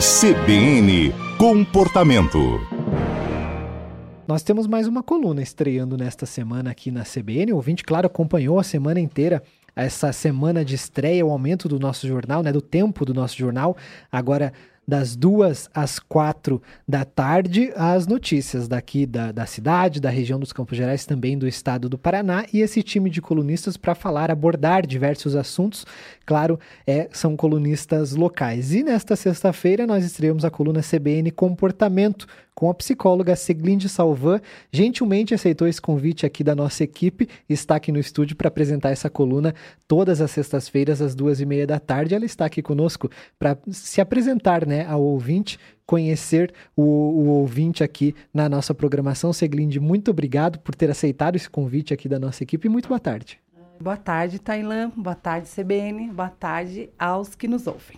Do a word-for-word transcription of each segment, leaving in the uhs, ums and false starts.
C B N Comportamento. Nós temos mais uma coluna estreando nesta semana aqui na C B N. O ouvinte, claro, acompanhou a semana inteira essa semana de estreia, o aumento do nosso jornal, né, do tempo do nosso jornal. Agora, das duas às quatro da tarde, as notícias daqui da, da cidade, da região dos Campos Gerais, também do estado do Paraná, e esse time de colunistas para falar, abordar diversos assuntos. Claro, é, são colunistas locais. E nesta sexta-feira nós estreamos a coluna C B N Comportamento, com a psicóloga Seglinde Salvan. Gentilmente aceitou esse convite aqui da nossa equipe e está aqui no estúdio para apresentar essa coluna todas as sextas-feiras, às duas e meia da tarde. Ela está aqui conosco para se apresentar, né, ao ouvinte, conhecer o, o ouvinte aqui na nossa programação. Seglinde, muito obrigado por ter aceitado esse convite aqui da nossa equipe e muito boa tarde. Boa tarde, Tailã. Boa tarde, C B N. Boa tarde aos que nos ouvem.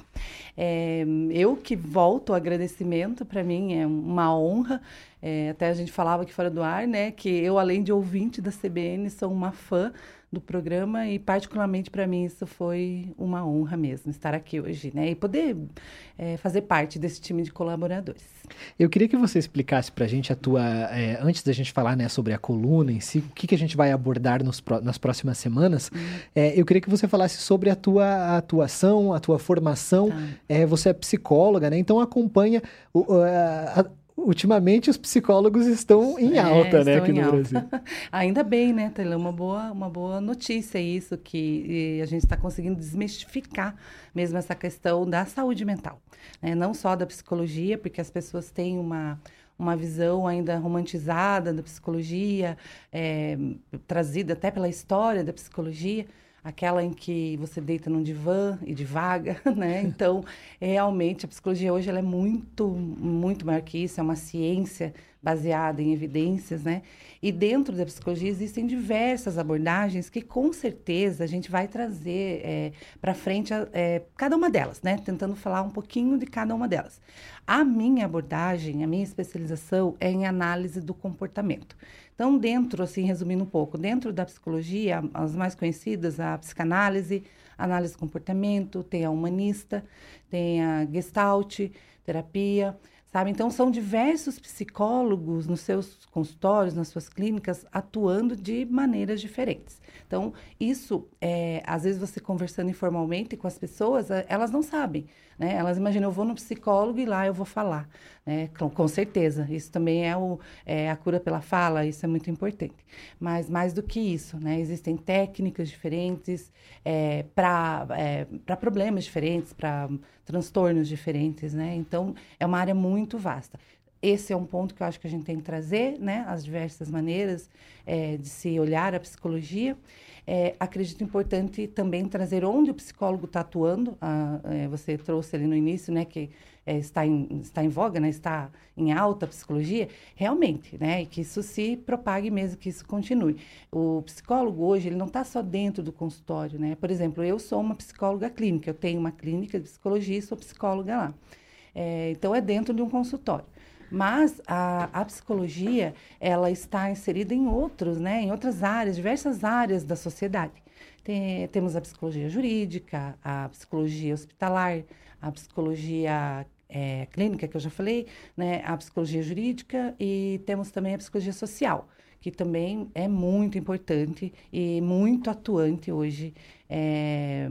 É, eu que volto o agradecimento, para mim é uma honra. É, até a gente falava aqui fora do ar, né, que eu, além de ouvinte da C B N, sou uma fã do programa e, particularmente, para mim, isso foi uma honra mesmo, estar aqui hoje, né, e poder é, fazer parte desse time de colaboradores. Eu queria que você explicasse para a gente a tua, é, antes da gente falar, né, sobre a coluna em si, o que, que a gente vai abordar nos, nas próximas semanas, hum. é, eu queria que você falasse sobre a tua atuação, a tua formação. Tá. É, você é psicóloga, né, então acompanha o, a, a ultimamente os psicólogos estão em alta, é, né, aqui no alta. Brasil. Ainda bem, né, Tailã? Uma boa, uma boa notícia isso, que a gente está conseguindo desmistificar mesmo essa questão da saúde mental, né? Não só da psicologia, porque as pessoas têm uma, uma visão ainda romantizada da psicologia, é, trazida até pela história da psicologia, aquela em que você deita num divã e divaga, né? Então, realmente, a psicologia hoje ela é muito, muito maior que isso, é uma ciência baseada em evidências, né? E dentro da psicologia existem diversas abordagens que, com certeza, a gente vai trazer é, para frente é, cada uma delas, né? Tentando falar um pouquinho de cada uma delas. A minha abordagem, a minha especialização é em análise do comportamento. Então, dentro, assim, resumindo um pouco, dentro da psicologia, as mais conhecidas, a psicanálise, análise do comportamento, tem a humanista, tem a gestalt, terapia, sabe? Então, são diversos psicólogos nos seus consultórios, nas suas clínicas, atuando de maneiras diferentes. Então, isso, é, às vezes você conversando informalmente com as pessoas, elas não sabem, né? Elas imaginam, eu vou no psicólogo e lá eu vou falar, né? Com, com certeza, isso também é, o, é a cura pela fala, isso é muito importante. Mas mais do que isso, né? Existem técnicas diferentes é, para é, para problemas diferentes, para transtornos diferentes, né? Então, é uma área muito vasta. Esse é um ponto que eu acho que a gente tem que trazer, né? As diversas maneiras é, de se olhar a psicologia. É, acredito importante também trazer onde o psicólogo está atuando. Ah, é, você trouxe ali no início, né, que é, está, em, está em voga, né, está em alta a psicologia. Realmente, né, e que isso se propague mesmo, que isso continue. O psicólogo hoje, ele não está só dentro do consultório, né? Por exemplo, eu sou uma psicóloga clínica, eu tenho uma clínica de psicologia e sou psicóloga lá. É, então, é dentro de um consultório. Mas a, a psicologia, ela está inserida em outros, né, em outras áreas, diversas áreas da sociedade. Tem, temos a psicologia jurídica, a psicologia hospitalar, a psicologia é, clínica, que eu já falei, né, a psicologia jurídica, e temos também a psicologia social, que também é muito importante e muito atuante hoje, é,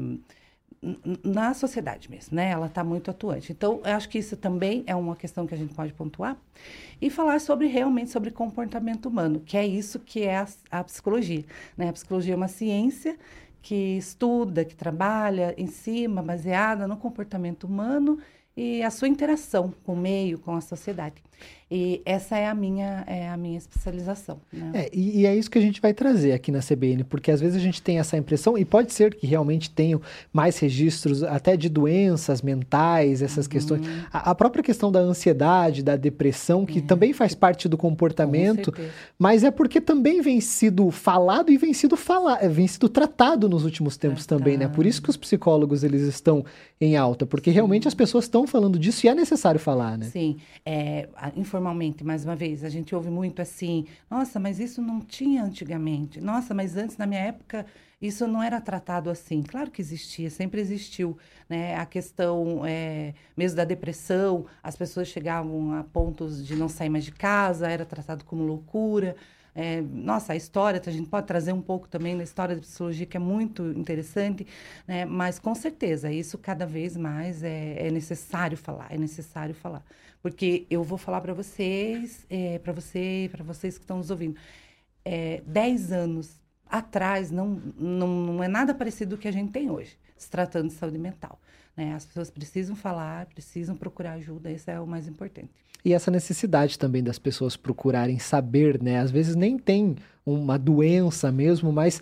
na sociedade mesmo, né? Ela está muito atuante. Então, eu acho que isso também é uma questão que a gente pode pontuar e falar sobre, realmente, sobre comportamento humano, que é isso que é a, a psicologia, né? A psicologia é uma ciência que estuda, que trabalha em cima, baseada no comportamento humano e a sua interação com o meio, com a sociedade. E essa é a minha, é a minha especialização, né? É, e, e é isso que a gente vai trazer aqui na C B N, porque às vezes a gente tem essa impressão, e pode ser que realmente tenham mais registros até de doenças mentais, essas uhum. questões. A, a própria questão da ansiedade, da depressão, que é. também faz parte do comportamento, mas é porque também vem sido falado e vem sido, fala, vem sido tratado nos últimos tempos Tratado. também, né? Por isso que os psicólogos eles estão em alta, porque Sim. realmente as pessoas estão estão falando disso e é necessário falar, né? Sim, é, informalmente, mais uma vez, a gente ouve muito assim, nossa, mas isso não tinha antigamente, nossa, mas antes, na minha época, isso não era tratado assim. Claro que existia, sempre existiu, né? A questão é, mesmo da depressão, as pessoas chegavam a pontos de não sair mais de casa, era tratado como loucura. É, nossa, a história, a gente pode trazer um pouco também da história da psicologia, que é muito interessante, né? Mas com certeza, isso cada vez mais é, é necessário falar, é necessário falar. Porque eu vou falar para vocês, é, para você, para vocês que estão nos ouvindo, é, dez anos atrás não, não, não é nada parecido com o que a gente tem hoje, se tratando de saúde mental, né? As pessoas precisam falar, precisam procurar ajuda, isso é o mais importante. E essa necessidade também das pessoas procurarem saber, né? Às vezes nem tem uma doença mesmo, mas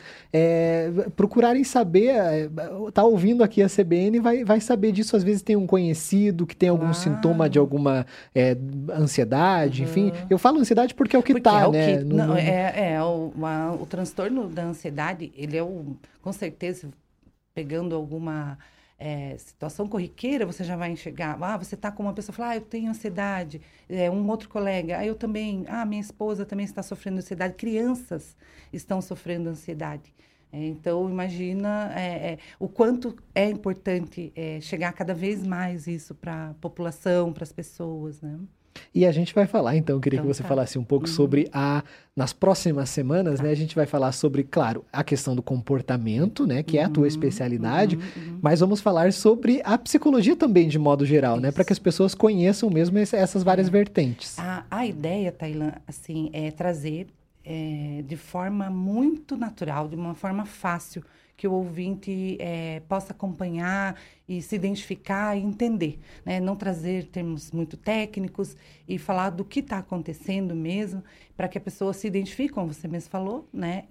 é, procurarem saber, é, tá ouvindo aqui a C B N, vai, vai saber disso. Às vezes tem um conhecido que tem algum Claro. sintoma de alguma é, ansiedade, Uhum. enfim. Eu falo ansiedade porque é o que Porque tá, é o né? que, No- não, no- é, é o, uma- o transtorno da ansiedade, ele é o, com certeza, pegando alguma é, situação corriqueira, você já vai enxergar, ah, você está com uma pessoa, fala, ah, eu tenho ansiedade, é, um outro colega, ah, eu também, ah, minha esposa também está sofrendo ansiedade, crianças estão sofrendo ansiedade. É, então, imagina é, é, o quanto é importante é, chegar cada vez mais isso para a população, para as pessoas, né? E a gente vai falar, então, eu queria Então que você tá. falasse um pouco Uhum. sobre a... Nas próximas semanas, Tá. né, a gente vai falar sobre, claro, a questão do comportamento, né, que é a tua Uhum, especialidade, uhum, uhum. mas vamos falar sobre a psicologia também, de modo geral, né, para que as pessoas conheçam mesmo esse- essas várias vertentes. A, a ideia, Tailã, assim, é trazer é, de forma muito natural, de uma forma fácil, que o ouvinte é, possa acompanhar e se identificar e entender, né? Não trazer termos muito técnicos e falar do que está acontecendo mesmo, para que a pessoa se identifique, como você mesmo falou, né?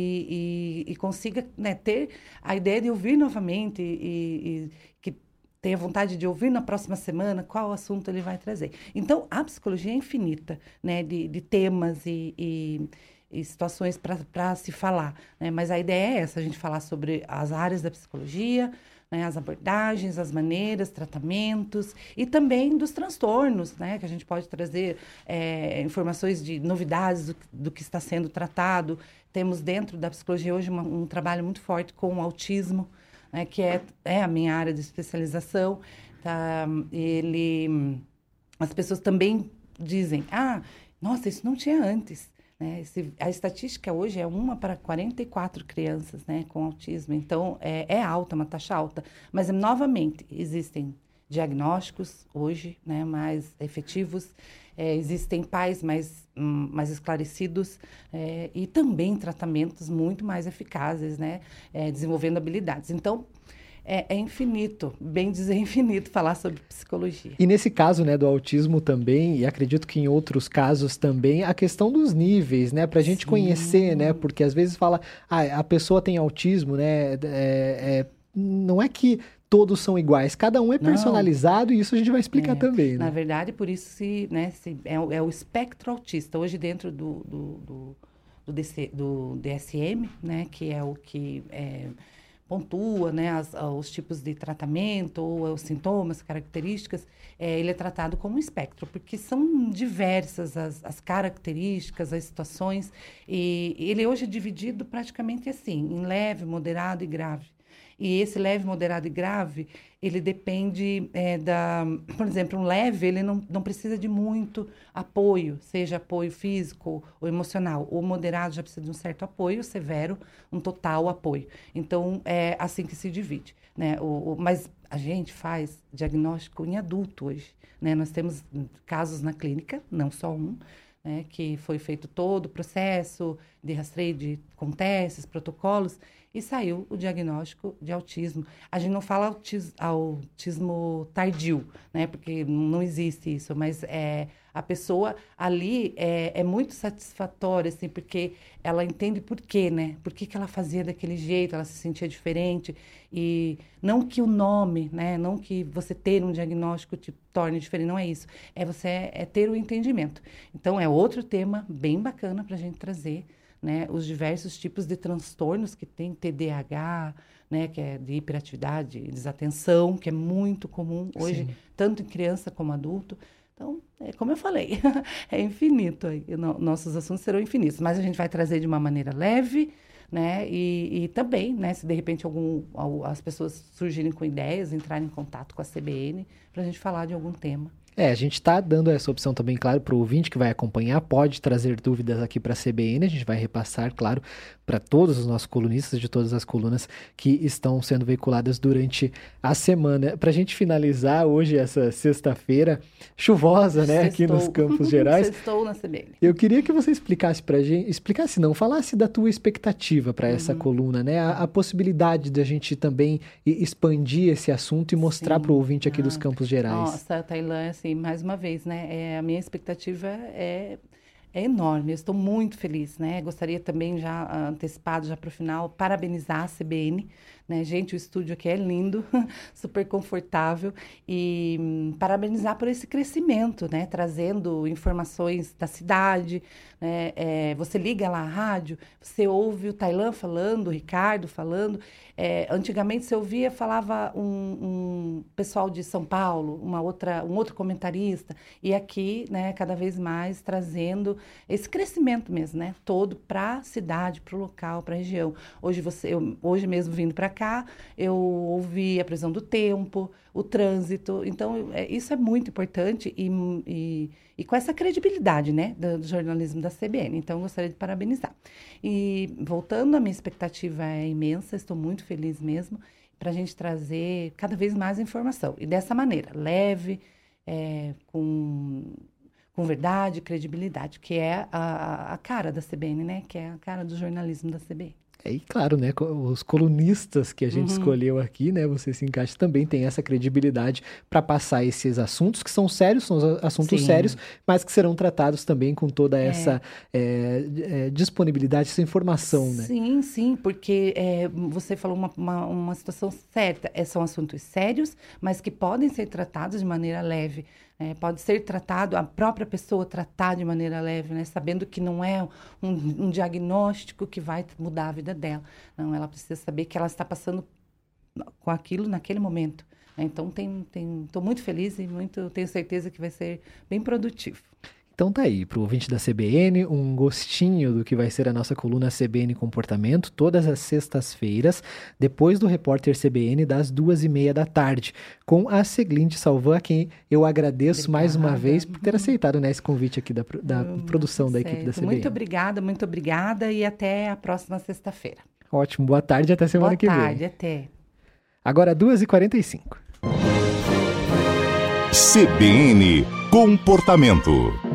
E, e, e consiga, né, ter a ideia de ouvir novamente e, e que tenha vontade de ouvir na próxima semana qual assunto ele vai trazer. Então, a psicologia é infinita, né, de, de temas e, e, e situações para se falar, né? Mas a ideia é essa, a gente falar sobre as áreas da psicologia, né, as abordagens, as maneiras, tratamentos e também dos transtornos, né, que a gente pode trazer é, informações de novidades do, do que está sendo tratado. Temos dentro da psicologia hoje uma, um trabalho muito forte com o autismo, né, que é, é a minha área de especialização. Tá? Ele, as pessoas também dizem, ah, nossa, isso não tinha antes. Né? Esse, a estatística hoje é uma para quarenta e quatro crianças, né, com autismo. Então, é, é alta, uma taxa alta. Mas, novamente, existem diagnósticos hoje, né, mais efetivos, é, existem pais mais, hum, mais esclarecidos é, e também tratamentos muito mais eficazes, né, é, desenvolvendo habilidades. Então, é, é infinito, bem dizer infinito, falar sobre psicologia. E nesse caso, né, do autismo também, e acredito que em outros casos também, a questão dos níveis, né, pra gente Sim. conhecer, né, porque às vezes fala, ah, a pessoa tem autismo, né, é, é, não é que todos são iguais, cada um é Não. personalizado e isso a gente vai explicar É, também, né? Na verdade, por isso se, né, se, é, o- é o espectro autista. Hoje, dentro do, do, do, do, D C do D S M, né, que é o que é, pontua, né, as, os tipos de tratamento, ou os sintomas, características, é, ele é tratado como um espectro, porque são diversas as, as características, as situações, e ele hoje é dividido praticamente assim, em leve, moderado e grave. E esse leve, moderado e grave, ele depende é, da... Por exemplo, um leve, ele não, não precisa de muito apoio, seja apoio físico ou emocional. O moderado já precisa de um certo apoio, o severo, um total apoio. Então, é assim que se divide, né? O, o, mas a gente faz diagnóstico em adulto hoje, né? Nós temos casos na clínica, não só um, né, que foi feito todo o processo de rastreio de, com testes, protocolos, e saiu o diagnóstico de autismo. A gente não fala autis, autismo tardio, né, porque não existe isso, mas é, a pessoa ali é, é muito satisfatória, assim, porque ela entende por quê, né? Por que que ela fazia daquele jeito, ela se sentia diferente. E não que o nome, né? Não que você ter um diagnóstico te torne diferente, não é isso. É você é ter o entendimento. Então, é outro tema bem bacana para a gente trazer, né? Os diversos tipos de transtornos que tem, T D A H, né, que é de hiperatividade, desatenção, que é muito comum hoje, Sim. tanto em criança como adulto. Então, é como eu falei, é infinito aí. No, nossos assuntos serão infinitos, mas a gente vai trazer de uma maneira leve, né? E, e também, né, se de repente algum, as pessoas surgirem com ideias, entrarem em contato com a C B N para a gente falar de algum tema. É, a gente está dando essa opção também, claro, para o ouvinte que vai acompanhar, pode trazer dúvidas aqui para a C B N, a gente vai repassar, claro, para todos os nossos colunistas de todas as colunas que estão sendo veiculadas durante a semana. Para a gente finalizar hoje, essa sexta-feira chuvosa, né, Sextou. Aqui nos Campos Gerais. Sextou na C B N. Eu queria que você explicasse para a gente, explicasse não, falasse da tua expectativa para essa uhum. coluna, né, a, a possibilidade de a gente também expandir esse assunto e mostrar para o ouvinte aqui ah. dos Campos Gerais. Nossa, Tailã, assim, mais uma vez, né, é, a minha expectativa é, é enorme, eu estou muito feliz, né, gostaria também já antecipado, já para o final, parabenizar a C B N, né, gente, o estúdio aqui é lindo, super confortável, e hum, parabenizar por esse crescimento, né, trazendo informações da cidade, né, é, você liga lá a rádio, você ouve o Tailã falando, o Ricardo falando, é, antigamente você ouvia, falava um, um pessoal de São Paulo, uma outra, um outro comentarista, e aqui, né, cada vez mais trazendo esse crescimento mesmo, né, todo para a cidade, para o local, para a região. Hoje, você, eu, hoje mesmo vindo para cá, eu ouvi a previsão do tempo, o trânsito, então é, isso é muito importante e, e, e com essa credibilidade, né, do, do jornalismo da C B N, então eu gostaria de parabenizar. E voltando, a minha expectativa é imensa, estou muito feliz mesmo, para a gente trazer cada vez mais informação, e dessa maneira, leve, é, com, com verdade, credibilidade, que é a, a cara da C B N, né, que é a cara do jornalismo da C B N. É, e claro, né, os colunistas que a gente uhum. escolheu aqui, né, você se encaixa, também tem essa credibilidade para passar esses assuntos que são sérios, são assuntos Sim. sérios, mas que serão tratados também com toda essa é. É, é, disponibilidade, essa informação, né? Sim, sim, porque é, você falou uma, uma, uma situação certa, é, são assuntos sérios, mas que podem ser tratados de maneira leve. É, pode ser tratado, a própria pessoa tratar de maneira leve, né? Sabendo que não é um, um diagnóstico que vai mudar a vida dela. Não, ela precisa saber que ela está passando com aquilo naquele momento. Né? Então, tem, tem, estou muito feliz e muito, tenho certeza que vai ser bem produtivo. Então tá aí, para o ouvinte da C B N, um gostinho do que vai ser a nossa coluna C B N Comportamento, todas as sextas-feiras, depois do Repórter C B N, das duas e meia da tarde, com a Seglinde Salvan, a quem eu agradeço obrigada. mais uma vez por ter aceitado, né, esse convite aqui da, da hum, produção da equipe da C B N. Muito obrigada, muito obrigada e até a próxima sexta-feira. Ótimo, boa tarde e até semana boa que tarde, vem. Boa tarde, até. Agora, duas e quarenta e cinco. C B N Comportamento.